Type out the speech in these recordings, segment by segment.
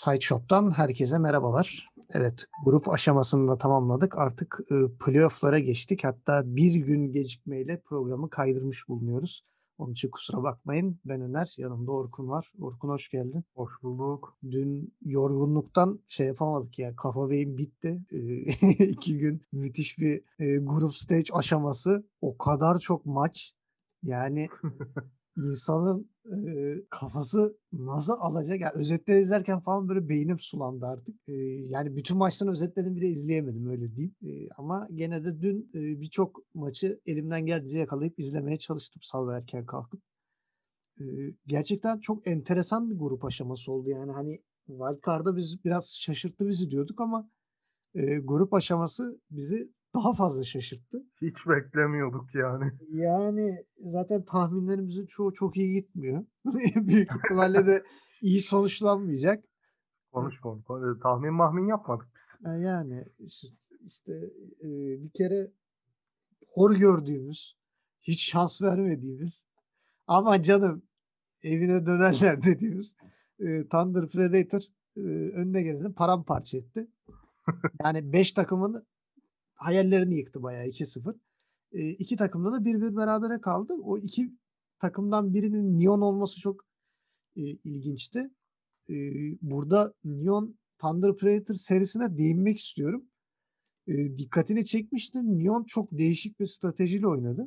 Sideshop'tan herkese merhabalar. Evet, grup aşamasını da tamamladık. Artık playoff'lara geçtik. Hatta bir gün gecikmeyle programı kaydırmış bulunuyoruz. Onun için kusura bakmayın. Ben Öner, yanımda Orkun var. Orkun hoş geldin. Hoş bulduk. Dün yorgunluktan şey yapamadık ya. Kafa beyin bitti. 2 gün müthiş bir grup stage aşaması. O kadar çok maç. Yani İnsanın, kafası nasıl alacak? Ya, özetleri izlerken falan böyle beynim sulandı artık. Yani bütün maçların özetlerini bile izleyemedim, öyle diyeyim. Ama gene de dün, birçok maçı elimden geldiğince yakalayıp izlemeye çalıştım sabah erken kalkıp. Gerçekten çok enteresan bir grup aşaması oldu. Yani, hani, wildcard'da biz biraz şaşırttı bizi diyorduk ama, grup aşaması bizi daha fazla şaşırttı. Hiç beklemiyorduk yani. Yani, zaten tahminlerimizin çoğu çok iyi gitmiyor. Büyük ihtimalle de iyi sonuçlanmayacak. Eee, Konuşma onu. Tahmin mahmin yapmadık biz. yani, işte, bir kere hor gördüğümüz, hiç şans vermediğimiz ama canım evine dönerler dediğimiz, Thunder Predator, önüne geleni paramparça etti. Yani 5 takımın hayallerini yıktı bayağı 2-0. 2 takımda da 1-1 berabere kaldı. O 2 takımdan birinin Neon olması çok, ilginçti. Burada Neon Thunder Predator serisine değinmek istiyorum. Dikkatini çekmiştir. Neon çok değişik bir stratejiyle oynadı.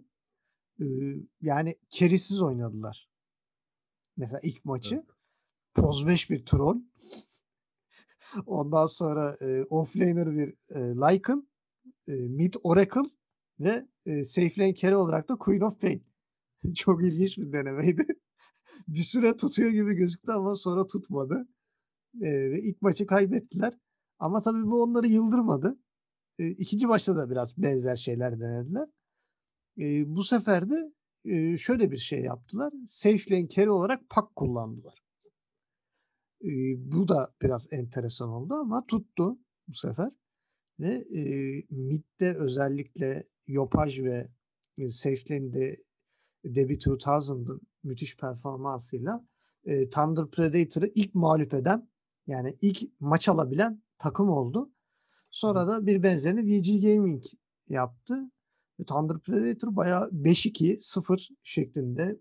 Yani carry'siz oynadılar. Mesela ilk Evet. maçı. Poz 5 bir troll. Ondan sonra, offlaner bir, Lycan, mid Oracle ve, safe lane carry olarak da Queen of Pain. Çok ilginç bir denemeydi. Bir süre tutuyor gibi gözüktü ama sonra tutmadı. Ve ilk maçı kaybettiler. Ama tabii bu onları yıldırmadı. 2'nci maçta da biraz benzer şeyler denediler. Bu sefer de, şöyle bir şey yaptılar. Safe lane carry olarak Puck kullandılar. Bu da biraz enteresan oldu ama tuttu bu sefer ve, mid'de özellikle Yopaj ve, safe lane'de Debbie 2000'ın müthiş performansıyla, Thunder Predator'ı ilk mağlup eden, yani ilk maç alabilen takım oldu. Hı. Sonra da bir benzerini VG Gaming yaptı. Thunder Predator bayağı 5-2-0 şeklinde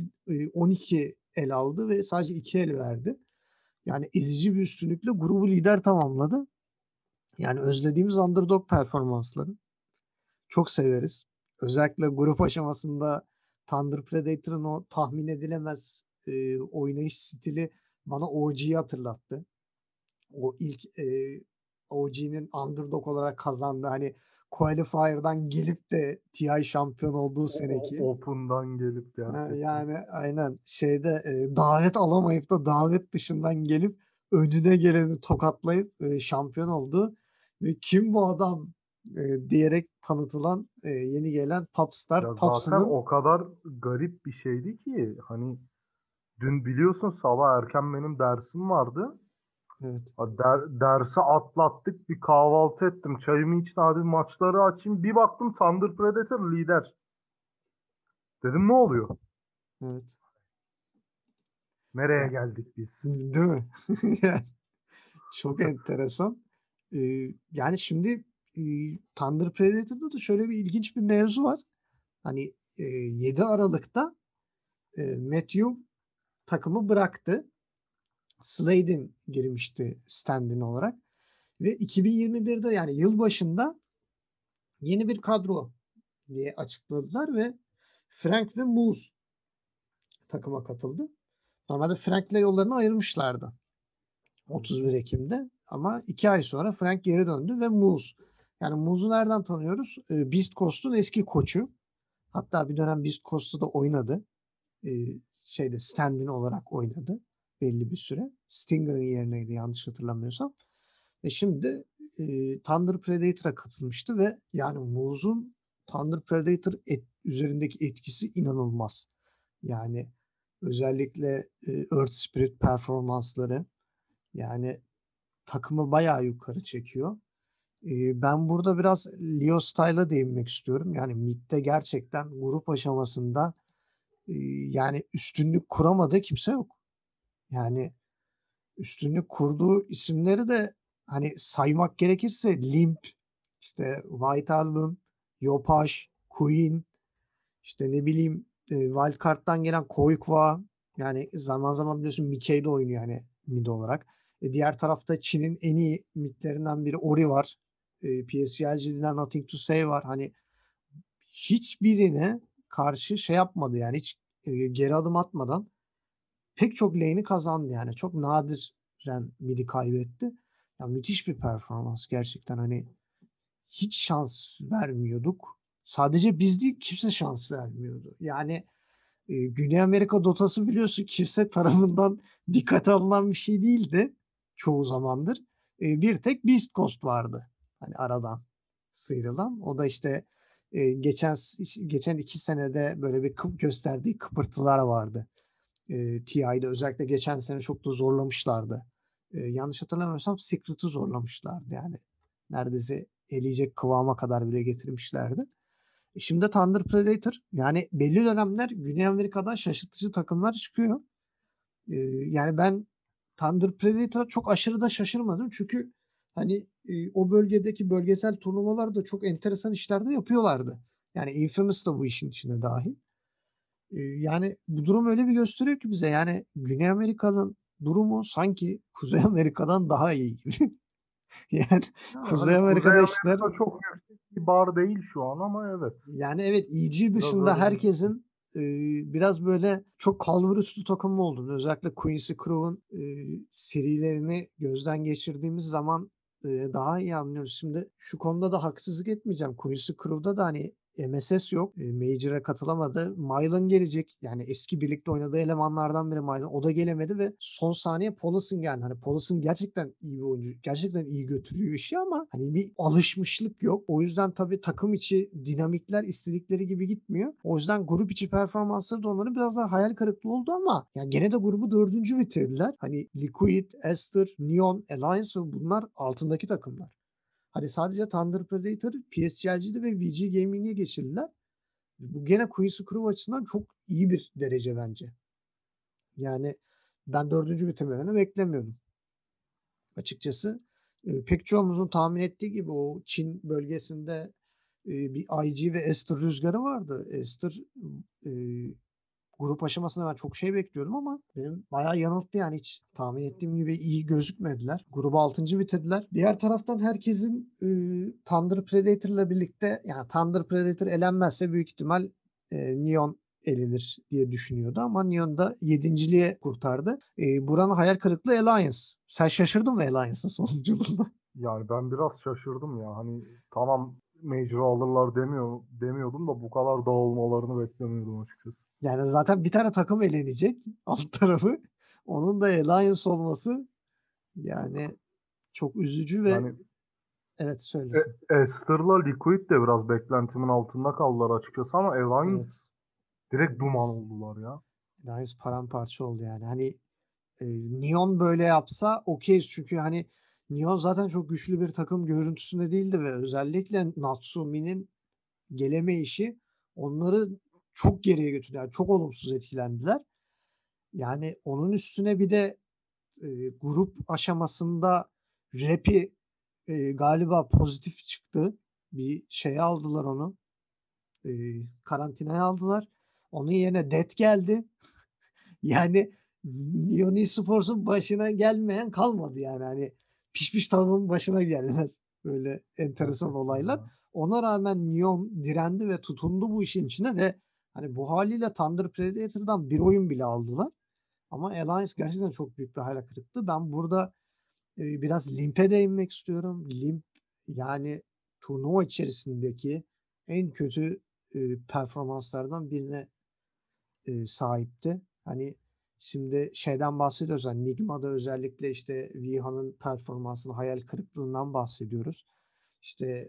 12 el aldı ve sadece 2 el verdi. Yani ezici bir üstünlükle grubu lider tamamladı. Yani özlediğimiz underdog performansları. Çok severiz. Özellikle grup aşamasında Thunder Predator'ın o tahmin edilemez, oynayış stili bana OG'yi hatırlattı. O ilk, OG'nin underdog olarak kazandığı, hani, qualifier'dan gelip de TI şampiyon olduğu seneki. Open'dan gelip gerçekten. Yani aynen şeyde, davet alamayıp da davet dışından gelip önüne geleni tokatlayıp, şampiyon oldu ve "Kim bu adam?" Diyerek tanıtılan, yeni gelen Popstar Ya, zaten Thompson'ın. o kadar garip bir şeydi ki, hani, dün biliyorsun sabah erken benim dersim vardı. Evet. Dersi atlattık, bir kahvaltı ettim, çayımı içtim, hadi maçları açayım. Bir baktım Thunder Predator lider. Dedim ne oluyor? Evet. Nereye Ya, geldik biz? değil mi? Yani çok enteresan. Yani şimdi, Thunder Predator'da da şöyle bir ilginç bir mevzu var. Hani, 7 Aralık'ta, Matthew takımı bıraktı. Slayden girmişti stand-in olarak ve 2021'de, yani yılbaşında yeni bir kadro diye açıkladılar ve Frank ve Moose takıma katıldı. Normalde Frank'le yollarını ayırmışlardı 31 Ekim'de ama 2 ay sonra Frank geri döndü ve Moose. Yani Moose'u nereden tanıyoruz? Beast Coast'un eski koçu. Hatta bir dönem Beast Coast'ta da oynadı. Şeyde stand-in olarak oynadı belli bir süre. Stinger'ın yerineydi yanlış hatırlamıyorsam. Ve şimdi, Thunder Predator'a katılmıştı ve yani Moose'un Thunder Predator üzerindeki etkisi inanılmaz. Yani özellikle, Earth Spirit performansları, yani takımı bayağı yukarı çekiyor. Ben burada biraz Leo Style'a değinmek istiyorum. Yani mid'de gerçekten grup aşamasında, yani üstünlük kuramadığı kimse yok. Yani, üstünlük kurduğu isimleri de hani saymak gerekirse Limp, işte White Album, Yopaj, Queen, işte ne bileyim, Wildcard'dan gelen Koykva, yani zaman zaman biliyorsun Mickey de oynuyor hani mid olarak. Diğer tarafta Çin'in en iyi midlerinden biri Ori var. PSG'den Nothing to Say var. Hani hiçbirine karşı şey yapmadı yani hiç geri adım atmadan pek çok lane'i kazandı yani. Çok nadiren mid'i kaybetti. Ya müthiş bir performans gerçekten hani hiç şans vermiyorduk. Sadece biz değil kimse şans vermiyordu. Yani Güney Amerika Dotası biliyorsun kimse tarafından dikkate alınan bir şey değildi çoğu zamandır. Bir tek Beast Coast vardı hani aradan sıyrılan. O da işte geçen 2 senede böyle bir gösterdiği kıpırtılar vardı. TI'de özellikle geçen sene çok da zorlamışlardı. Yanlış hatırlamıyorsam Secret'ı zorlamışlardı yani. Neredeyse eleyecek kıvama kadar bile getirmişlerdi. Şimdi Thunder Predator yani belli dönemler Güney Amerika'dan şaşırtıcı takımlar çıkıyor. Yani ben Thunder Predator'a çok aşırı da şaşırmadım. Çünkü hani o bölgedeki bölgesel turnuvalarda çok enteresan işler de yapıyorlardı. Yani Infamous da bu işin içine dahil. Yani bu durum öyle bir gösteriyor ki bize yani Güney Amerika'nın durumu sanki Kuzey Amerika'dan daha iyi gibi. Yani Yani Kuzey hani Kuzey Amerika'da işler Amerika çok yüksek bir bar değil şu an ama evet. yani evet EG Biraz dışında öyle gözüküyor. herkesin biraz böyle çok kalbur üstü takım olduğunu özellikle Quincy Crew'un serilerini gözden geçirdiğimiz zaman daha iyi anlıyoruz. Şimdi şu konuda da haksızlık etmeyeceğim. Quincy Crew'da da hani MSS yok. Major'a katılamadı. Mylan gelecek. Yani eski birlikte oynadığı elemanlardan biri Mylan. O da gelemedi ve son saniye Paulson geldi. Hani Paulson gerçekten iyi bir oyuncu. Gerçekten iyi götürüyor işi ama hani bir alışmışlık yok. O yüzden tabii takım içi dinamikler istedikleri gibi gitmiyor. O yüzden grup içi performansları da onların biraz daha hayal kırıklığı oldu ama yani gene de grubu dördüncü bitirdiler. Hani Liquid, Aster, Neon, Alliance ve bunlar altındaki takımlar. Hani sadece Thunder Predator, PSG'de ve VG Gaming'e geçirdiler. Bu gene Quincy Crew açısından çok iyi bir derece bence. Yani ben dördüncü bitirmelerini beklemiyordum açıkçası. Pek çoğumuzun tahmin ettiği gibi o Çin bölgesinde bir IG ve Aster rüzgarı vardı. Aster e, grup aşamasında ben çok şey bekliyordum ama benim bayağı yanılttı yani hiç tahmin ettiğim gibi iyi gözükmediler. Grubu 6. bitirdiler. Diğer taraftan herkesin Thunder Predator'la birlikte yani Thunder Predator elenmezse büyük ihtimal Neon elenir diye düşünüyordu ama Neon da yedinciliğe kurtardı. Buranın hayal kırıklığı Alliance. Sen şaşırdın mı Alliance'ın sonuculuğunda? Yani ben biraz şaşırdım ya. Hani tamam Major alırlar demiyordum da bu kadar dağılmalarını beklemiyordum açıkçası. Yani zaten bir tane takım elenecek alt tarafı. Onun da Alliance olması yani çok üzücü ve Yani evet söylesin. Esther'la Liquid de biraz beklentimin altında kaldılar açıkçası ama Alliance Evet. direkt duman Alliance, oldular ya. Alliance paramparça oldu yani. Hani Neon böyle yapsa okeyiz çünkü hani Neon zaten çok güçlü bir takım görüntüsünde değildi ve özellikle Natsumi'nin gelemeyişi onları çok geriye götürdü. Yani çok olumsuz etkilendiler. Yani onun üstüne bir de grup aşamasında Rap'i galiba pozitif çıktı. Bir şeye aldılar onu. E, Karantinaya aldılar. Onun yerine Det geldi. Yani Yoni Sports'un başına gelmeyen kalmadı yani. Hani pişmiş tavuğun başına gelmez. Böyle enteresan Gerçekten olaylar. ya. Ona rağmen Neon direndi ve tutundu bu işin içine ve hani bu haliyle Thunder Predator'dan bir oyun bile aldılar. Ama Alliance gerçekten çok büyük bir hayal kırıklığı. Ben burada biraz Limp'e değinmek istiyorum. Limp yani turnuva içerisindeki en kötü performanslardan birine sahipti. Hani şimdi şeyden bahsediyoruz. Hani Nigma'da özellikle işte Viha'nın performansını hayal kırıklığından bahsediyoruz. İşte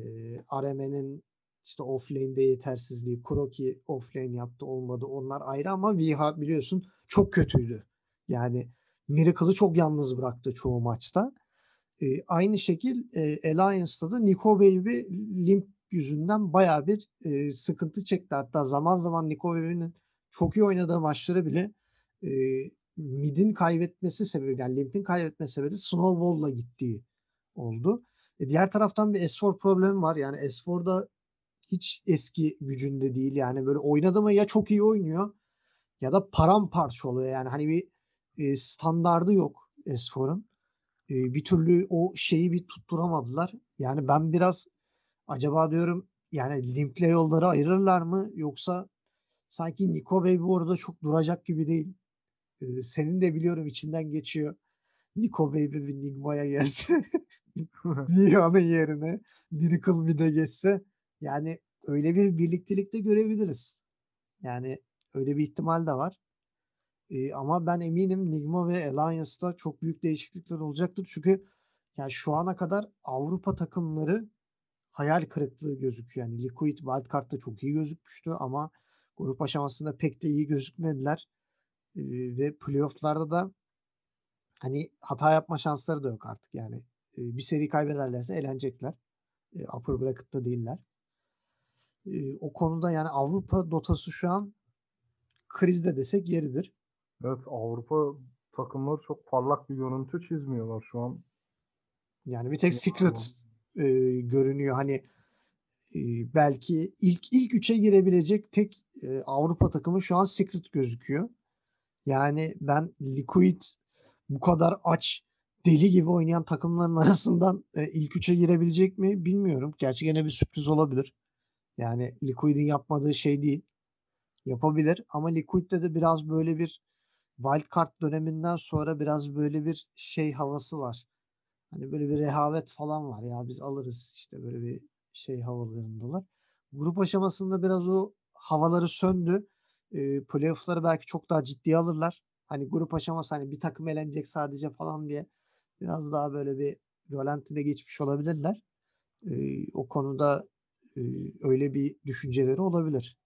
RM'nin işte offlane'de yetersizliği, Kuroki offlane yaptı olmadı. Onlar ayrı ama Viha biliyorsun çok kötüydü. Yani Miracle'ı çok yalnız bıraktı çoğu maçta. Aynı şekil Alliance'da da Nico Baby Limp yüzünden baya bir sıkıntı çekti. Hatta zaman zaman Nico Baby'nin çok iyi oynadığı maçları bile e, Mid'in kaybetmesi sebebi yani Limp'in kaybetmesi sebebi Snowball'la gittiği oldu. Diğer taraftan bir S4 problemi var. Yani S4'da hiç eski gücünde değil. Yani böyle oynadı mı ya çok iyi oynuyor ya da paramparça oluyor. Yani hani bir standardı yok S4'un. Bir türlü o şeyi bir tutturamadılar. Yani ben biraz acaba diyorum yani Limp'le yolları ayırırlar mı yoksa sanki Niko Bey bu arada çok duracak gibi değil. Senin de biliyorum içinden geçiyor. Niko Baby bir Nigma'ya gelse Rihanna'nın yerine Miracle Mid'e geçse yani öyle bir birliktelikte görebiliriz. Yani öyle bir ihtimal de var. Ama ben eminim Nigma ve Alliance'da çok büyük değişiklikler olacaktır. Çünkü yani şu ana kadar Avrupa takımları hayal kırıklığı gözüküyor. Yani Liquid Wildcard'da çok iyi gözükmüştü ama grup aşamasında pek de iyi gözükmediler. Ve playoff'larda da hani hata yapma şansları da yok artık yani. Bir seri kaybederlerse elenecekler. Upper bracket'ta değiller. O konuda yani Avrupa Dotası şu an krizde desek yeridir. Evet, Avrupa takımları çok parlak bir görüntü çizmiyorlar şu an. Yani bir tek Bilmiyorum. Secret görünüyor. Hani belki ilk üçe girebilecek tek Avrupa takımı şu an Secret gözüküyor. Yani ben Liquid bu kadar aç deli gibi oynayan takımların arasından ilk üçe girebilecek mi bilmiyorum. Gerçi gene bir sürpriz olabilir. Yani Liquid'in yapmadığı şey değil. Yapabilir ama Liquid'de de biraz böyle bir wildcard döneminden sonra biraz böyle bir şey havası var. Hani böyle bir rehavet falan var ya biz alırız işte böyle bir şey havalarındalar. Grup aşamasında biraz o havaları söndü. Playoff'ları belki çok daha ciddiye alırlar. Hani grup aşaması hani bir takım elenecek sadece falan diye biraz daha böyle bir rölantide geçmiş olabilirler. O konuda e, öyle bir düşünceleri olabilir.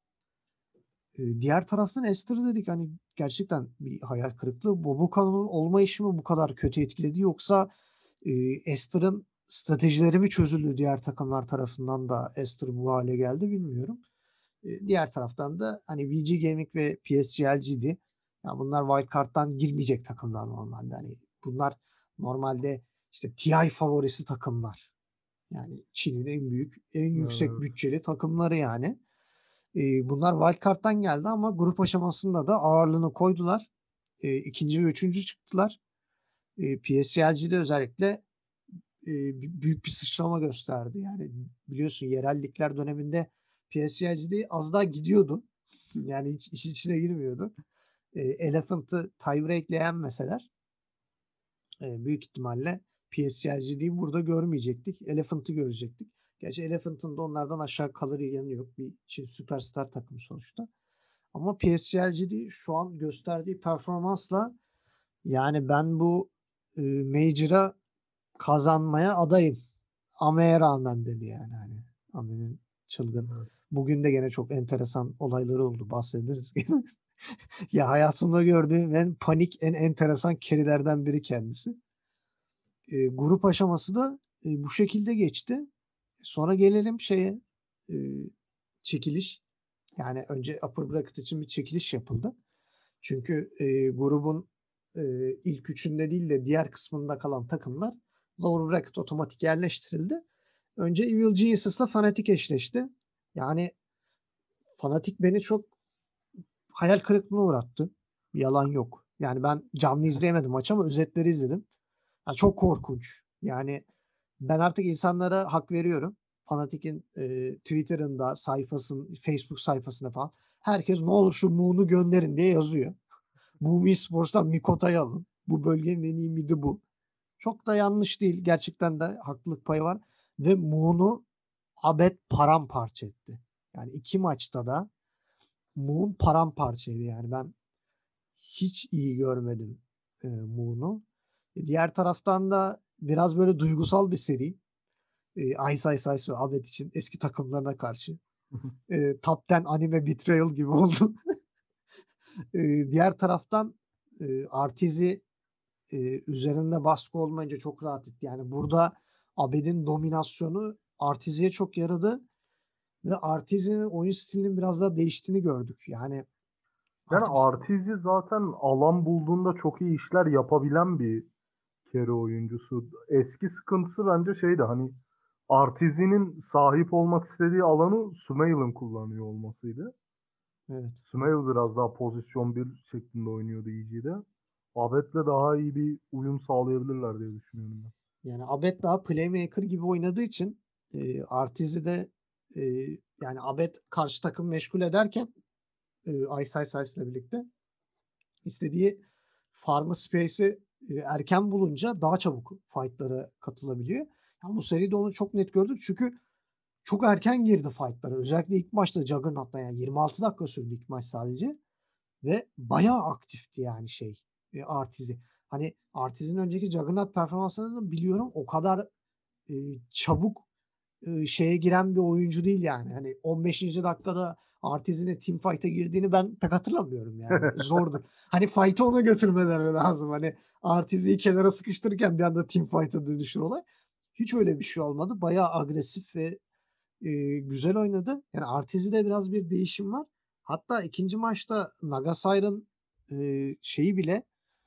Diğer taraftan Esther dedik hani gerçekten bir hayal kırıklığı. Bobuka'nın olmayışı mı bu kadar kötü etkiledi yoksa Esther'ın stratejileri mi çözüldü diğer takımlar tarafından da Esther bu hale geldi bilmiyorum. Diğer taraftan da hani VG Gaming ve PSGLG'di. Ya bunlar wildcard'dan girmeyecek takımlar normalde. Hani bunlar normalde işte TI favorisi takımlar. Yani Çin'in en büyük, en yüksek Evet. bütçeli takımları yani. Bunlar wildcard'dan geldi ama grup aşamasında da ağırlığını koydular. İkinci ve üçüncü çıktılar. PSG'de özellikle büyük bir sıçrama gösterdi. Yani biliyorsun yerel ligler döneminde PSG'de az daha gidiyordu. Yani hiç iş içine girmiyordu. Elephant'ı tiebreak'le yenmeseler büyük ihtimalle PSG'yi burada görmeyecektik. Elephant'ı görecektik. Gerçi Elephant'ın da onlardan aşağı kalır yanı yok. Bir Çin süperstar takımı sonuçta. Ama PSG'de şu an gösterdiği performansla yani ben bu Major'a kazanmaya adayım. Ame'ye rağmen dedi yani. Hani Ame'nin çılgın. Evet. Bugün de gene çok enteresan olayları oldu. Bahsederiz. Ya hayatımda gördüğüm en panik, en enteresan kerilerden biri kendisi. Grup aşaması da bu şekilde geçti. Sonra gelelim şeye e, çekiliş. Yani önce upper bracket için bir çekiliş yapıldı. Çünkü grubun ilk üçünde değil de diğer kısmında kalan takımlar lower bracket otomatik yerleştirildi. Önce Evil Genius'la Fnatic eşleşti. Yani Fnatic beni çok hayal kırıklığına uğrattı. Yalan yok. Yani ben canlı izleyemedim maçı ama özetleri izledim. Yani çok korkunç. Yani ben artık insanlara hak veriyorum. Fanatik'in Twitter'ında, sayfasının, Facebook sayfasında falan herkes ne olur şu Moon'u gönderin diye yazıyor. Bu eSports'tan Mikota'yı alın. Bu bölgenin en iyi midi bu. Çok da yanlış değil. Gerçekten de haklılık payı var. Ve Moon'u Abed paramparça etti. Yani iki maçta da Moon paramparçaydı. Yani ben hiç iyi görmedim Moon'u. Diğer taraftan da biraz böyle duygusal bir seri. Ice Ice Ice ve Abed için eski takımlarına karşı. Top 10 anime betrayal gibi oldu. Diğer taraftan Artizi üzerinde baskı olmayınca çok rahat etti. Yani burada Abed'in dominasyonu Artizi'ye çok yaradı ve Artizi'nin oyun stilinin biraz daha değiştiğini gördük. Yani Yani Artık Arteezy zaten alan bulduğunda çok iyi işler yapabilen bir carry oyuncusu. Eski sıkıntısı bence şeydi, hani Arteezy'nin sahip olmak istediği alanı Sumail'ın kullanıyor olmasıydı. evet. Sumail biraz daha pozisyon bir şeklinde oynuyordu EG'de. Abed'le daha iyi bir uyum sağlayabilirler diye düşünüyorum ben. Yani Abed daha playmaker gibi oynadığı için Artiz'i de e, yani Abed karşı takım meşgul ederken Ice Ice Ice'la birlikte istediği farmı space'i erken bulunca daha çabuk fight'lara katılabiliyor. Yani bu seride onu çok net gördük çünkü çok erken girdi fight'lara. Özellikle ilk maçta Juggernaut'la yani 26 dakika sürdü ilk maç sadece. Ve bayağı aktifti yani Artiz'i. Hani Artiz'in önceki Juggernaut performansını da biliyorum. O kadar e, çabuk şeye giren bir oyuncu değil yani. Hani 15. dakikada Artiz'in teamfight'a girdiğini ben pek hatırlamıyorum yani. Zordur. Hani fight'ı ona götürmeleri lazım. Hani Artiz'i kenara sıkıştırırken bir anda teamfight'a dönüşür olay. Hiç öyle bir şey olmadı. Bayağı agresif ve güzel oynadı. Yani Artiz'de biraz bir değişim var. Hatta ikinci maçta Nagasair'ın şeyi bile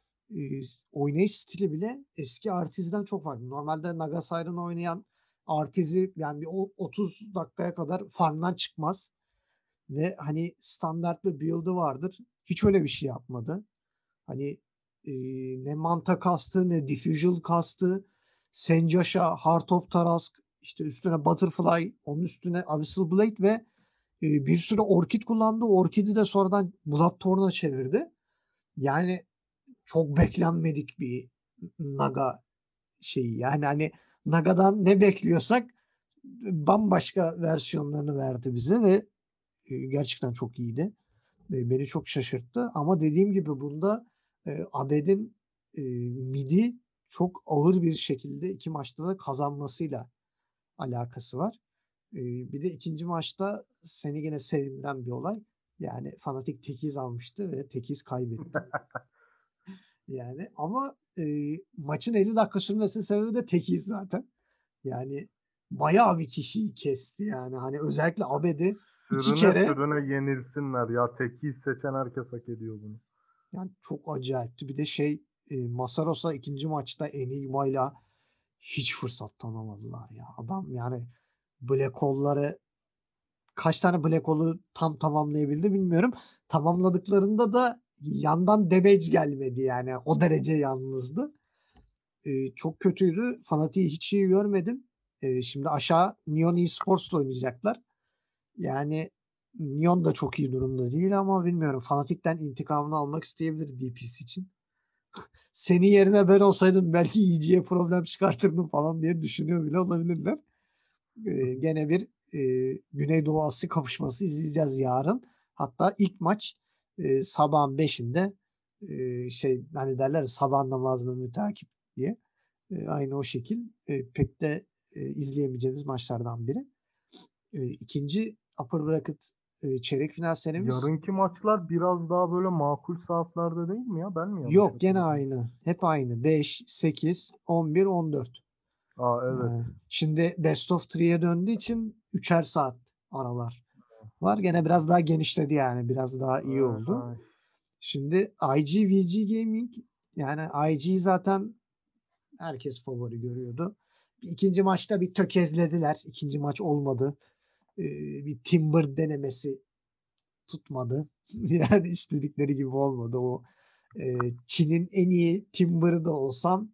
oynayış stili bile eski Artiz'den çok farklı. Normalde Nagasair'ın oynayan Artiz'i yani bir 30 dakikaya kadar farmdan çıkmaz ve hani standart bir build'ı vardır. Hiç öyle bir şey yapmadı. Hani e, ne Manta kastı ne Diffusal kastı. Senjasha, Heart of Tarask, işte üstüne Butterfly, onun üstüne Abyssal Blade ve bir süre Orchid kullandı. Orchid'i de sonradan Bloodthorn'a çevirdi. Yani çok beklenmedik bir Naga şeyi. Yani hani Naga'dan ne bekliyorsak bambaşka versiyonlarını verdi bize ve gerçekten çok iyiydi. Beni çok şaşırttı. Ama dediğim gibi bunda Abed'in midi çok ağır bir şekilde iki maçta da kazanmasıyla alakası var. Bir de ikinci maçta seni gene sevindiren bir olay. Yani Fnatic tekiz almıştı ve tekiz kaybetti. Yani ama maçın 50 dakika sürmesinin sebebi de tekiz zaten. Yani bayağı bir kişiyi kesti yani. Hani özellikle Abed'i iki Sürüne kere sürüne yenilsinler. Ya tekiyi seçen herkes hak ediyor bunu. yani çok acayipti. Bir de Masaros'a ikinci maçta Enigma'yla hiç fırsat tanımadılar ya. Adam yani Black Hole'ları kaç tane Black Hole'u tam tamamlayabildi bilmiyorum. Tamamladıklarında da yandan damage gelmedi yani. O derece yalnızdı. Çok kötüydü. Fanatik'i hiç iyi görmedim. Şimdi aşağı Neon Esports'la oynayacaklar. Yani Neon da çok iyi durumda değil ama bilmiyorum. Fanatik'ten intikamını almak isteyebilir DPS için. Senin yerine ben olsaydım belki EG'ye problem çıkartırdım falan diye düşünüyor bile olabilirler. Gene bir Güneydoğu Asya kapışması izleyeceğiz yarın. Hatta ilk maç sabahın 5'inde hani derler ya, sabah namazını mütakip diye. Aynı o şekil pek de izleyemeyeceğimiz maçlardan biri. İkinci upper bracket çeyrek final senemiz Yarınki maçlar biraz daha böyle makul saatlerde değil mi ya? Ben mi yanlış yok gene hatırlıyorum? aynı. Hep aynı. 5, 8, 11, 14. Aa, evet. Şimdi Best of 3'ye döndüğü için 3'er saat aralar var. Gene biraz daha genişledi yani. Biraz daha iyi oldu. Ay, Şimdi IGVG Gaming yani IG zaten herkes favori görüyordu. İkinci maçta bir tökezlediler. İkinci maç olmadı. Bir Timber denemesi tutmadı. Yani istedikleri gibi olmadı. Çin'in en iyi Timber'ı da olsan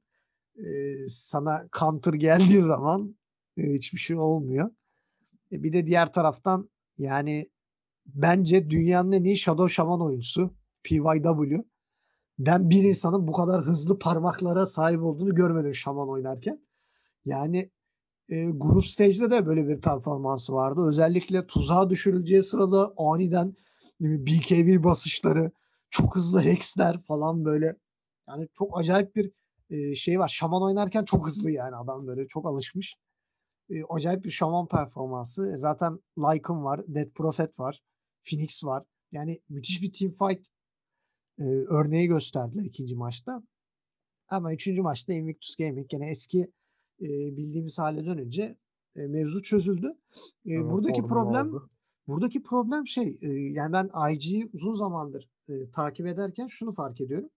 sana counter geldiği zaman hiçbir şey olmuyor. Bir de diğer taraftan yani bence dünyanın en iyi Shadow Shaman oyuncusu PYW. Ben bir insanın bu kadar hızlı parmaklara sahip olduğunu görmedim Shaman oynarken. Yani grup stage'de de böyle bir performansı vardı. Özellikle tuzağa düşürüleceği sırada aniden BKB basışları, çok hızlı hexler falan böyle. Yani çok acayip bir şey var. Şaman oynarken çok hızlı yani adam böyle çok alışmış. Acayip bir şaman performansı. Zaten Lycan var, Dead Prophet var, Phoenix var. Yani müthiş bir team fight örneği gösterdiler ikinci maçta. Ama üçüncü maçta Invictus Gaming gene eski bildiğimiz hale dönünce mevzu çözüldü. evet, Buradaki formunu problem aldı. Buradaki problem şey, yani ben IG'yi uzun zamandır, takip ederken şunu fark ediyorum.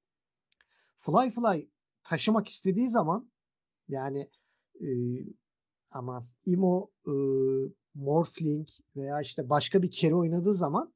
Fly taşımak istediği zaman yani, eee, Imo, Morphling veya, işte, başka bir carry oynadığı zaman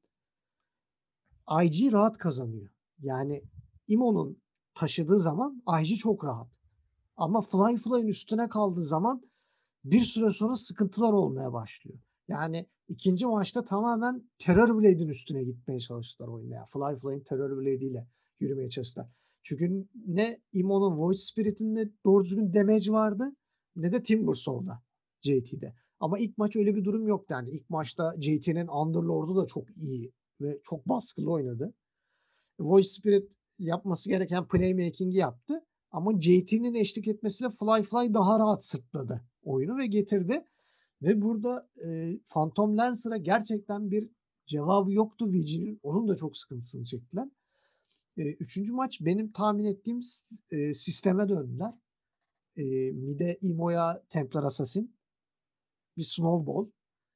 IG rahat kazanıyor. Yani Imo'nun taşıdığı zaman IG çok rahat. Ama Fly'ın üstüne kaldığı zaman bir süre sonra sıkıntılar olmaya başlıyor. Yani ikinci maçta tamamen Terrorblade'in üstüne gitmeye çalıştılar oynaya. Fly'ın Terrorblade ile yürümeye çalıştılar. Çünkü ne Imo'nun Void Spirit'inde doğru düzgün damage vardı ne de Timbersaw'da, JT'de. Ama ilk maç öyle bir durum yoktu yani. İlk maçta JT'nin Underlord'u da çok iyi ve çok baskılı oynadı. Void Spirit yapması gereken playmaking'i yaptı. Ama JT'nin eşlik etmesiyle Fly daha rahat sırtladı oyunu ve getirdi. Ve burada Phantom Lancer'a gerçekten bir cevabı yoktu VG'nin. Onun da çok sıkıntısını çektiler. Üçüncü maç benim tahmin ettiğim sisteme döndüler. Mid'e Imo'ya Templar Assassin. Bir Snowball.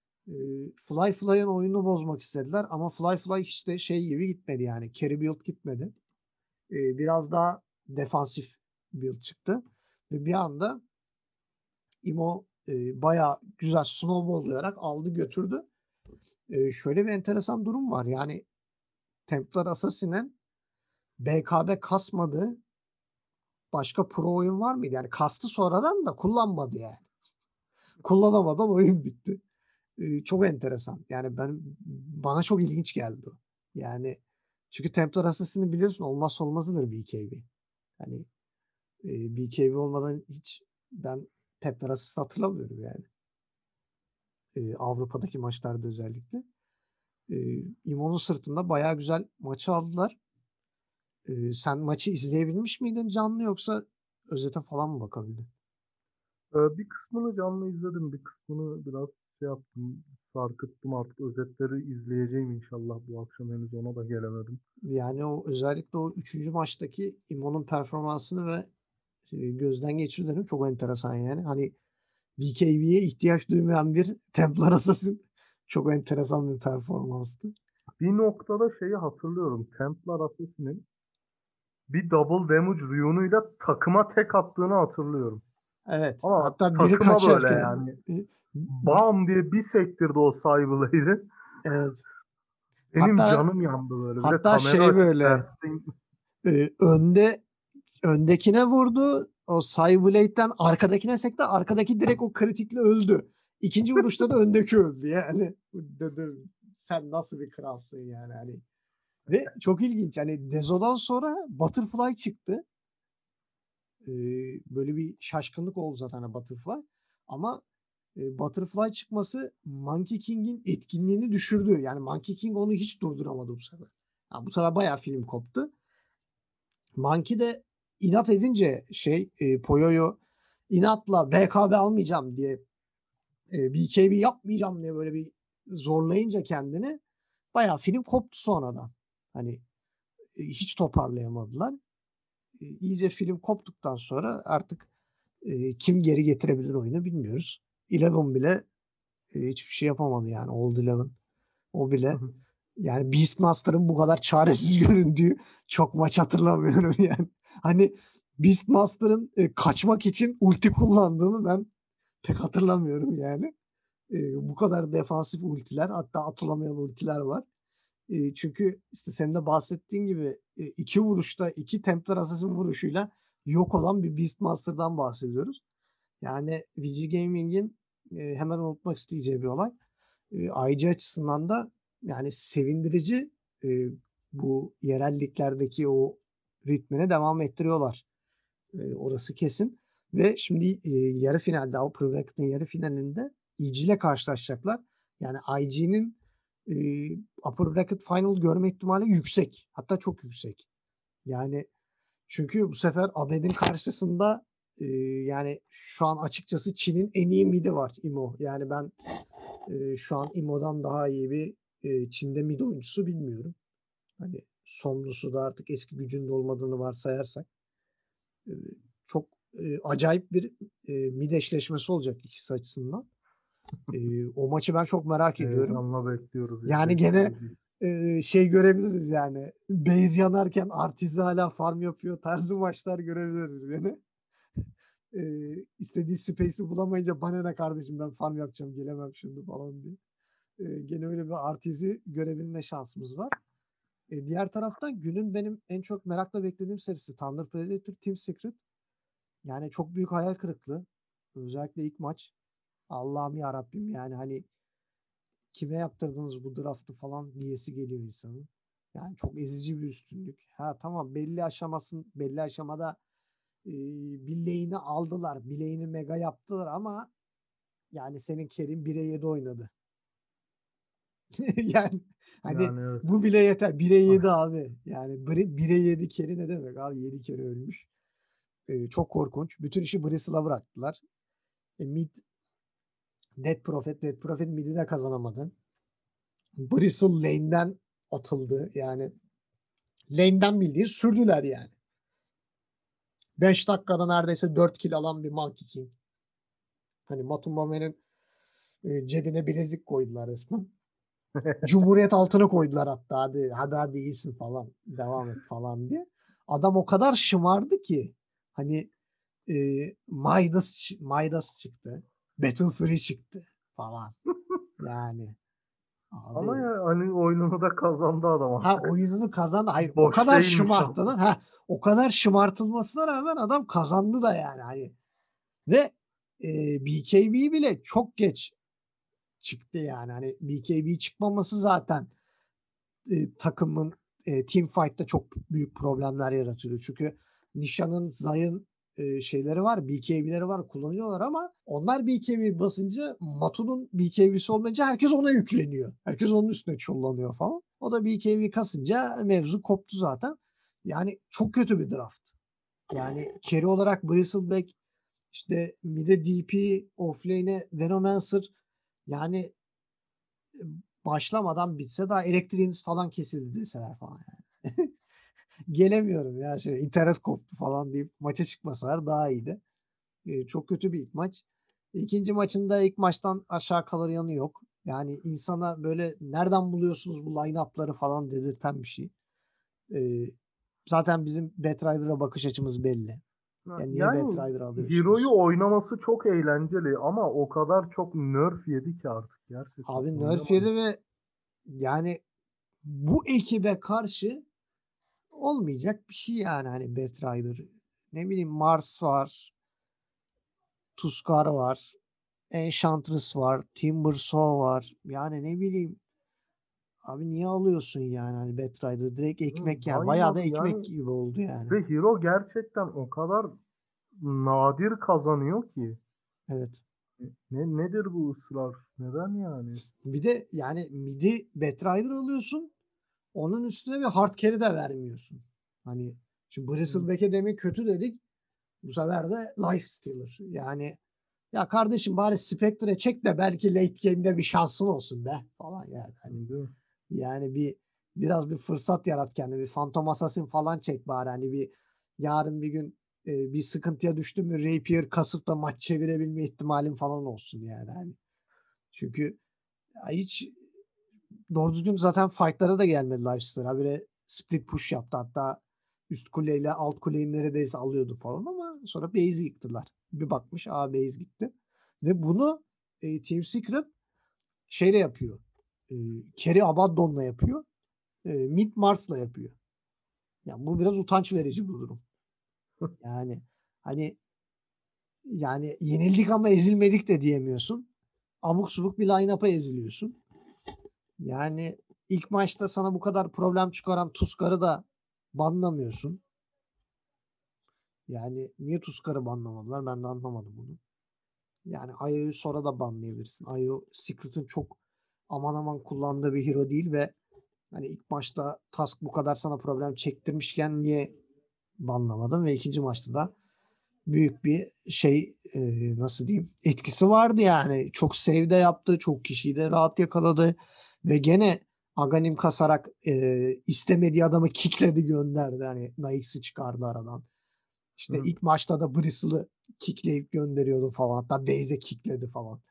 Fly'ın oyununu bozmak istediler ama Fly hiç de şey gibi gitmedi yani. Carry build gitmedi. Biraz daha defansif build çıktı. Ve bir anda Imo bayağı güzel snowballayarak aldı götürdü. Şöyle bir enteresan durum var. Yani Templar Assassin'in BKB kasmadığı başka pro oyun var mıydı? Yani kastı sonradan da kullanmadı yani. Kullanamadan oyun bitti. Çok enteresan. Yani bana çok ilginç geldi o. Yani çünkü Templar Assassin'i biliyorsun olmazsa olmazıdır BKB. Hani BKB olmadan hiç ben Templar Assassin hatırlamıyorum yani. Avrupa'daki maçlarda özellikle. Imo'nun sırtında bayağı güzel maçı aldılar. Sen maçı izleyebilmiş miydin canlı yoksa özete falan mı bakabildin? Bir kısmını canlı izledim. Bir kısmını biraz şey yaptım. Sarkıttım artık. Özetleri izleyeceğim inşallah bu akşam. Henüz ona da gelemedim. Yani özellikle o üçüncü maçtaki Imo'nun performansını ve gözden geçirdiğini çok enteresan yani. Hani BKB'ye ihtiyaç duymayan bir Templar Assassin çok enteresan bir performanstı. Bir noktada şeyi hatırlıyorum. Templar Assassin'in bir double damage rune'uyla takıma tek attığını hatırlıyorum. Evet. Ama Hatta biri takıma böyle kaçarken yani bam diye bir sektirdi o Cyblade'i. evet. Benim Hatta canım yandı böyle. Bir de hatta kamera şey açık böyle dersteyim. öndekine vurdu. O Cyblade'den arkadakine sekti. Arkadaki direkt o kritikle öldü. İkinci vuruşta da öndeki öldü yani. Dedim sen nasıl bir kralsın yani hani. Ve çok ilginç hani Dezo'dan sonra Butterfly çıktı. Böyle bir şaşkınlık oldu zaten hani Butterfly. Ama Butterfly çıkması Monkey King'in etkinliğini düşürdü. Yani Monkey King onu hiç durduramadı bu sefer. Yani bu sefer bayağı film koptu. Monkey de inat edince Poyo'yu inatla BKB almayacağım diye BKB yapmayacağım diye böyle bir zorlayınca kendini bayağı film koptu sonradan. Hani hiç toparlayamadılar. İyice film koptuktan sonra artık kim geri getirebilir oyunu bilmiyoruz. Eleven bile hiçbir şey yapamadı yani. Old Eleven. O bile yani Beastmaster'ın bu kadar çaresiz göründüğü çok maç hatırlamıyorum yani. Hani Beastmaster'ın kaçmak için ulti kullandığını ben pek hatırlamıyorum yani. Bu kadar defansif ultiler hatta atılamayan ultiler var. Çünkü işte senin de bahsettiğin gibi iki vuruşta iki Templar Assassin vuruşuyla yok olan bir Beastmaster'dan bahsediyoruz. Yani VG Gaming'in hemen unutmak isteyeceği bir olay. IG açısından da yani sevindirici bu yerel liglerdeki o ritmine devam ettiriyorlar. Orası kesin. Ve şimdi yarı finalde Avrupa Bracket'ın yarı finalinde EG ile karşılaşacaklar. Yani IG'nin e, Upper Bracket Final görme ihtimali yüksek. Hatta çok yüksek. Yani çünkü bu sefer Abed'in karşısında yani şu an açıkçası Çin'in en iyi midi var Imo. Yani ben şu an Imo'dan daha iyi bir Çin'de mid oyuncusu bilmiyorum. Hani Somlusu da artık eski gücünde olmadığını varsayarsak e, çok acayip bir mid eşleşmesi olacak ikisi açısından. O maçı ben çok merak ediyorum. Heyecanla bekliyoruz Yani gene izleyicilerimiz. şey görebiliriz yani. Base yanarken Artizi hala farm yapıyor tarzı maçlar görebiliriz gene. İstediği space'i bulamayınca bana ne kardeşim ben farm yapacağım gelemem şimdi falan diye. Gene öyle bir Artiz'i görebilme şansımız var. Diğer taraftan günün benim en çok merakla beklediğim serisi Thunder Predator Team Secret. Yani çok büyük hayal kırıklığı. Özellikle ilk maç. Allah'ım ya Rabbim yani hani kime yaptırdınız bu draftı falan diyesi geliyor insanın. Yani çok ezici bir üstünlük. Ha tamam belli aşamada bileğini aldılar. Bileğini mega yaptılar ama yani senin Kerim 1'e 7 oynadı. Yani hani Yani evet. bu bile yeter. 1'e Ay, 7 abi. Yani 1'e 7 Keri ne demek abi? 7 kere ölmüş. Çok korkunç. Bütün işi Bristle'a bıraktılar. Mid Dead Prophet mid'i de kazanamadı. Bristle lane'den atıldı. Yani lane'den bildiğin sürdüler yani. 5 dakikada neredeyse 4 kill alan bir Monkey King. Hani Matumbame'nin cebine bilezik koydular resmen. Cumhuriyet altını koydular hatta hadi iyisin falan devam et falan diye. Adam o kadar şımardı ki hani e, Midas çıktı. Battle Fury çıktı falan. Yani ama abi ya hani oyununu da kazandı adam artık. oyununu kazandı. Hayır o Boş kadar değilmiş şımarttılar. adam. O kadar şımartılmasına rağmen adam kazandı da yani hani. Ve BKB bile çok geç çıktı yani. Hani BKB çıkmaması zaten takımın team fight'ta çok büyük problemler yaratıyordu. Çünkü Nisha'nın, Zay'ın şeyleri var, BKB'leri var, kullanıyorlar ama onlar BKB basınca Matu'nun BKB'si olmayınca herkes ona yükleniyor. Herkes onun üstüne çullanıyor falan. O da BKB kasınca mevzu koptu zaten. Yani çok kötü bir draft. Yani carry olarak Bristleback, işte mid'e DP, offlane'e Venomancer yani başlamadan bitse daha elektriğiniz falan kesildi deseler falan yani. Gelemiyorum ya şey internet koptu falan deyip maça çıkmasalar daha iyiydi. Çok kötü bir ilk maç. İkinci maçında ilk maçtan aşağı kalır yanı yok. Yani insana böyle nereden buluyorsunuz bu line-up'ları falan dedirten bir şey. Ee, Zaten bizim Batrider'a bakış açımız belli. Yani niye Yani Batrider Hero'yu alıyorsunuz? oynaması çok eğlenceli ama o kadar çok nerf yedi ki artık gerçekten Abi nerf oynamayın. yedi ve yani bu ekibe karşı olmayacak bir şey yani hani Batrider. Ne bileyim Mars var, Tuskar var, Enchantress var, Timbersaw var. Yani ne bileyim abi niye alıyorsun yani hani Batrider direkt ekmek yani. Bayağı da Baymadı ekmek yani gibi oldu yani. ve Hero gerçekten o kadar nadir kazanıyor ki. Evet. Nedir bu ısrar? Neden yani? Bir de yani midi Batrider alıyorsun. Onun üstüne bir hard carry de vermiyorsun. Hani şimdi Bristleback'e demin kötü dedik. Bu sefer de Life Stealer. Yani ya kardeşim bari Spectre'e çek de belki late game'de bir şansın olsun be falan yani. Hani, Değil mi? yani biraz bir fırsat yarat kendine. Bir Phantom Assassin falan çek bari. Hani bir yarın bir gün bir sıkıntıya düştün mü Rapier kasıp da maç çevirebilme ihtimalin falan olsun yani. Hani çünkü ya hiç doğru düzgün zaten fightlara da gelmedi Lifesteal. Habire split push yaptı. Hatta üst kuleyle alt kuleyi neredeyse alıyordu falan ama sonra base'i yıktılar. Bir bakmış base gitti. Ve bunu Team Secret şeyle yapıyor. E, Kerry Abaddon'la yapıyor. Mid Mars'la yapıyor. Yani bu biraz utanç verici bir durum. Yani hani yani yenildik ama ezilmedik de diyemiyorsun. Abuk subuk bir line-up'a eziliyorsun. Yani ilk maçta sana bu kadar problem çıkaran Tuskar'ı da banlamıyorsun. Yani niye Tuskar'ı banlamadılar ben de anlamadım bunu. Yani Ayo'yu sonra da banlayabilirsin. Ayo Secret'ın çok aman aman kullandığı bir hero değil ve hani ilk maçta Tusk bu kadar sana problem çektirmişken niye banlamadın ve ikinci maçta da büyük bir şey nasıl diyeyim etkisi vardı yani. Çok save de yaptı. Çok kişiyi de rahat yakaladı. Ve gene Aghanim kasarak istemediği adamı kickledi gönderdi. Hani Naix'i çıkardı aradan. İşte Hı. ilk maçta da Bristle'ı kickleyip gönderiyordu falan. Hatta Baze'e kickledi falan.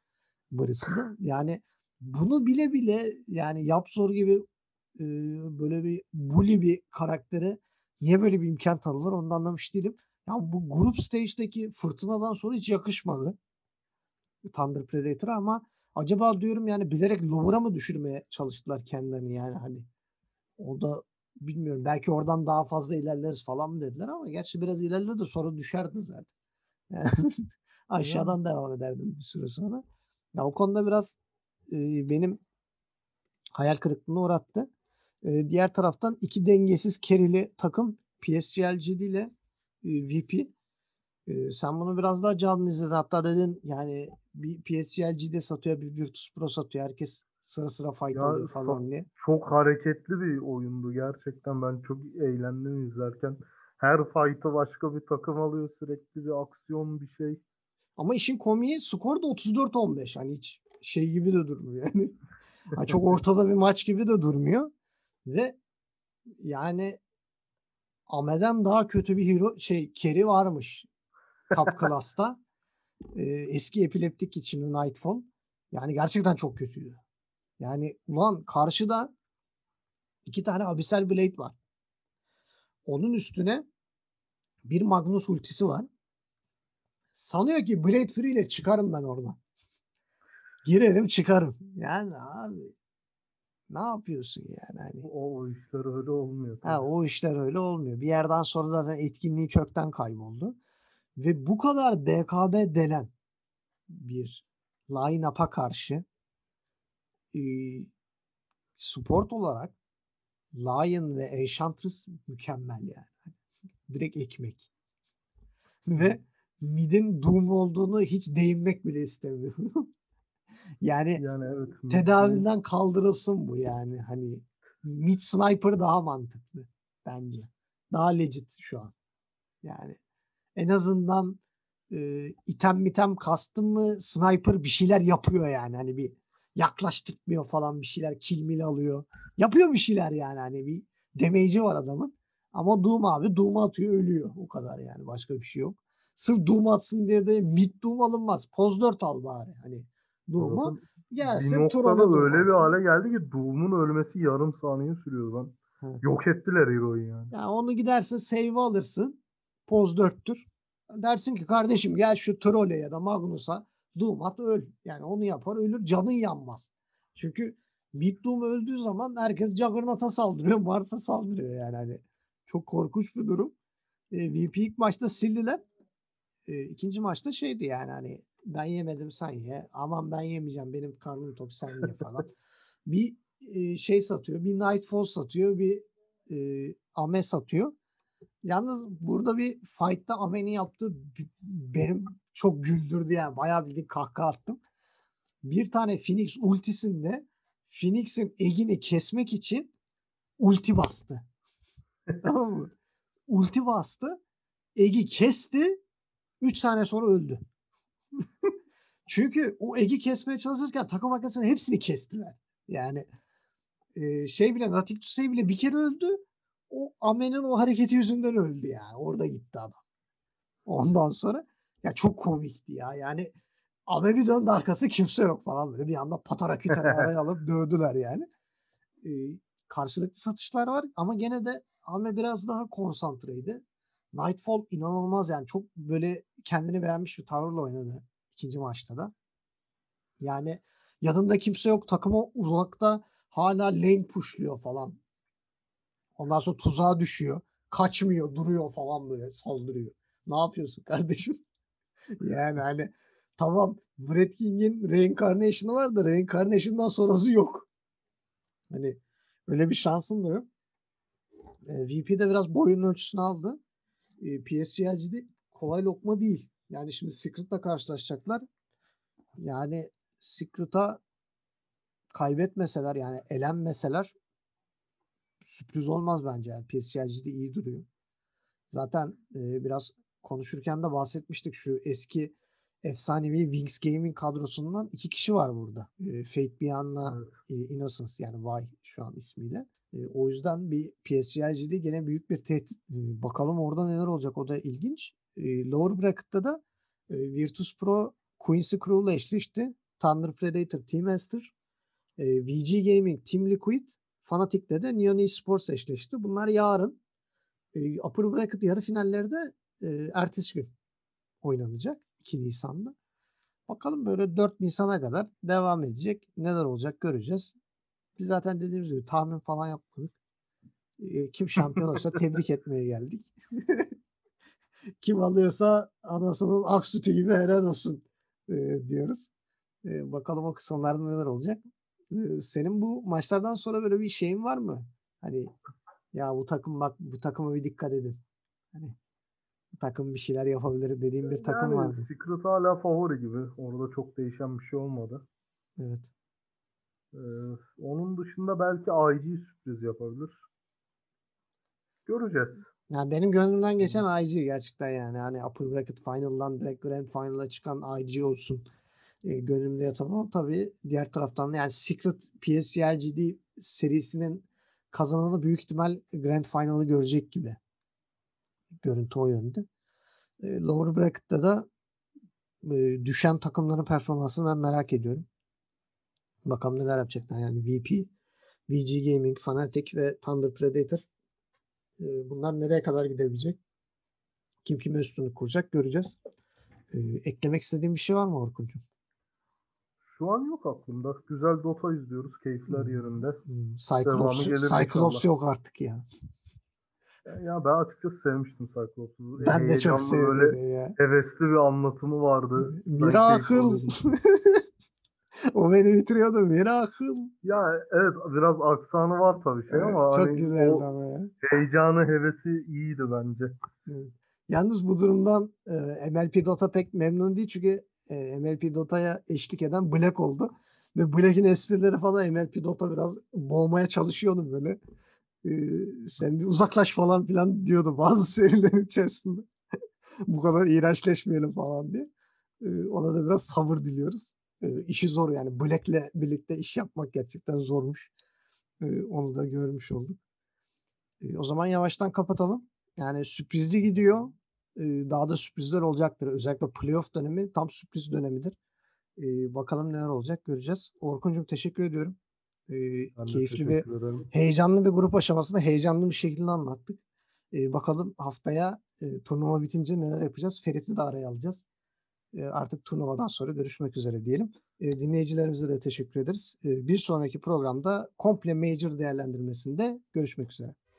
Barış'ı. Yani bunu bile bile yani Yapzor gibi böyle bir bully bir karaktere niye böyle bir imkan tanıdılar onu da anlamış değilim. Ya bu Group Stage'deki fırtınadan sonra hiç yakışmadı Thunder Predator'a ama acaba diyorum yani bilerek lower'a mı düşürmeye çalıştılar kendilerini yani hani. O da bilmiyorum. Belki oradan daha fazla ilerleriz falan mı dediler ama gerçi biraz ilerledi sonra düşerdin zaten. Yani Yani aşağıdan devam ederdim bir süre sonra. Ya o konuda biraz benim hayal kırıklığına uğrattı. Diğer taraftan iki dengesiz kerili takım PSGLGD ile VP. Sen bunu biraz daha canlı izledin. Hatta dedin yani bir PSGLGD satıyor, bir Virtus Pro satıyor. Herkes sıra sıra fight ya alıyor falan diye. çok hareketli bir oyundu gerçekten. Ben çok eğlendim izlerken. Her fight'ı başka bir takım alıyor, sürekli bir aksiyon bir şey. Ama işin komiği skor da 34-15. Hani hiç şey gibi de durmuyor yani. Ha, çok ortada bir maç gibi de durmuyor. Ve yani Ame'den daha kötü bir hero carry varmış Top Class'ta. Eski epileptik için Nightfall. Yani gerçekten çok kötüydü. Yani ulan karşıda iki tane Abyssal Blade var. Onun üstüne bir Magnus ultisi var. Sanıyor ki Blade Free ile çıkarım ben oradan. Girerim çıkarım. Yani abi ne yapıyorsun yani hani. O işler öyle olmuyor Ha, tabii. o işler öyle olmuyor. Bir yerden sonra zaten etkinliği kökten kayboldu. Ve bu kadar BKB delen bir line-up'a karşı e, support olarak Lion ve Enchantress mükemmel yani. Direkt ekmek. Ve midin Doom olduğunu hiç değinmek bile istemiyorum. Yani Yani evet, Doom tedavülden kaldırılsın bu yani. Hani mid sniper daha mantıklı bence. Daha legit şu an. Yani en azından item mitem kastım mı sniper bir şeyler yapıyor yani. Hani bir yaklaştırmıyor falan bir şeyler kill mill alıyor. Yapıyor bir şeyler yani hani bir damage'i var adamın. Ama Doom abi Doom atıyor ölüyor. O kadar yani başka bir şey yok. Sırf Doom atsın diye de mid Doom alınmaz. Poz 4 al bari. Hani Doom'u zaten bir gelsin noktada trollü Doom öyle bir atsın. hale geldi ki Doom'un ölmesi yarım saniye sürüyordu. Ben Ha. yok ettiler Hero'yu yani. Yani onu gidersin save alırsın. Poz 4'tür. Dersin ki kardeşim gel şu trole ya da Magnus'a Doom at öl. Yani onu yapar ölür canın yanmaz. Çünkü Big Doom öldüğü zaman herkes Juggernaut'a saldırıyor. Mars'a saldırıyor yani hani. Çok korkunç bir durum. VP ilk maçta sildiler. İkinci maçta şeydi yani hani ben yemedim sen ye. Aman ben yemeyeceğim benim karnım tok sen ye falan. Bir şey satıyor. Bir Nightfall satıyor. Bir Ame satıyor. Yalnız burada bir fight'ta Amen'in yaptığı benim çok güldürdü yani. Bayağı bildiğin kahkaha attım. Bir tane Phoenix ultisinde Phoenix'in egini kesmek için ulti bastı. Tamam mı? Ulti bastı. Egi kesti. 3 saniye sonra öldü. Çünkü o Egi kesmeye çalışırken takım arkadaşlarının hepsini kestiler. Yani şey bile Natiktusey bile bir kere öldü. O Amen'in o hareketi yüzünden öldü yani. Orada gitti adam. Ondan sonra ya çok komikti ya. Yani Ame bir döndü arkası kimse yok falan böyle. Bir anda Pataraküten'i araya alıp dövdüler yani. Ee, karşılıklı satışlar var ama gene de Ame biraz daha konsantreydi. Nightfall inanılmaz yani. Çok böyle kendini beğenmiş bir tavırla oynadı ikinci maçta da. Yani yanında kimse yok. Takımı uzakta hala lane pushluyor falan. Ondan sonra tuzağa düşüyor. Kaçmıyor, duruyor falan böyle saldırıyor. Ne yapıyorsun kardeşim? Yani hani tamam Brad King'in Reincarnation'ı var da Reincarnation'dan sonrası yok. Hani öyle bir şansın da yok. VP de biraz boyun ölçüsünü aldı. PSG'de kolay lokma değil. Yani şimdi Secret'la karşılaşacaklar. Yani Secret'a kaybetmeseler yani elenmeseler sürpriz olmaz bence. Yani PSG'de iyi duruyor. Zaten biraz konuşurken de bahsetmiştik şu eski efsanevi Wings Gaming kadrosundan iki kişi var burada. Fate Beyond'la Evet. Innocence yani Y şu an ismiyle. O yüzden bir PSG'de gene büyük bir tehdit. Bakalım orada neler olacak o da ilginç. Lower Bracket'ta da Virtus Pro Quincy Crew'la eşleşti. Thunder Predator Team Master, VG Gaming Team Liquid, Fnatic'le de Neon Esports eşleşti. Bunlar yarın. Upper Bracket yarı finalleri de ertesi gün oynanacak. 2 Nisan'da. Bakalım böyle 4 Nisan'a kadar devam edecek. Neler olacak göreceğiz. Biz zaten dediğimiz gibi tahmin falan yapmadık. Kim şampiyon olursa tebrik etmeye geldik. Kim alıyorsa anasının ak sütü gibi helal olsun diyoruz. Bakalım o kısımlarda neler olacak. Senin bu maçlardan sonra böyle bir şeyin var mı? Hani ya bu takım bak bu takıma bir dikkat edin. Hani bu takım bir şeyler yapabilir dediğim bir takım var Yani mı? Secret hala favori gibi. Orada çok değişen bir şey olmadı. Evet. Ee, Onun dışında belki IG sürpriz yapabilir. Göreceğiz. Yani benim gönlümden geçen IG gerçekten yani. Hani Upper Bracket Final'dan direkt Grand Final'a çıkan IG olsun. Gönlümde yatan ama tabii diğer taraftan da yani Secret PSG LGD serisinin kazananı büyük ihtimal Grand Final'ı görecek gibi. Görüntü o yönde. Lower Bracket'ta da düşen takımların performansını ben merak ediyorum. Bakalım neler yapacaklar yani VP, VG Gaming, Fnatic ve Thunder Predator. Bunlar nereye kadar gidebilecek? Kim kime üstünlük kuracak göreceğiz. Eklemek istediğim bir şey var mı Orkuncuğum? Şu an yok aklımda. Güzel Dota izliyoruz. Keyifler yerinde. Cyclops, Devamı gelir inşallah. Cyclops yok artık ya. Ya ben açıkçası sevmiştim Cyclops'u. Ben de çok Heyecanlı böyle sevdim ya. hevesli bir anlatımı vardı. Ben keyif Miracle. alıyordum. O beni bitiriyordu. Miracle. Ya evet biraz aksanı var tabii şey ama Çok hani güzeldi o ama ya. heyecanı, hevesi iyiydi bence. Evet. Yalnız bu durumdan MLP Dota pek memnun değil çünkü MLP Dota'ya eşlik eden Black oldu. Ve Black'in esprileri falan MLP Dota biraz boğmaya çalışıyordu böyle. Sen bir uzaklaş falan filan diyordu bazı serilerin içerisinde. Bu kadar iğrençleşmeyelim falan diye. Ona da biraz sabır diliyoruz. İşi zor yani. Black'le birlikte iş yapmak gerçekten zormuş. Onu da görmüş olduk. O zaman yavaştan kapatalım. Yani sürprizli gidiyor. Daha da sürprizler olacaktır. Özellikle playoff dönemi tam sürpriz dönemidir. Bakalım neler olacak göreceğiz. Orkuncuğum teşekkür ediyorum. Ben de Keyifli bir, teşekkür ederim. heyecanlı bir grup aşamasında heyecanlı bir şekilde anlattık. Bakalım haftaya turnuva bitince neler yapacağız. Ferit'i de araya alacağız. Artık turnuvadan sonra görüşmek üzere diyelim. Dinleyicilerimize de teşekkür ederiz. Bir sonraki programda komple major değerlendirmesinde görüşmek üzere.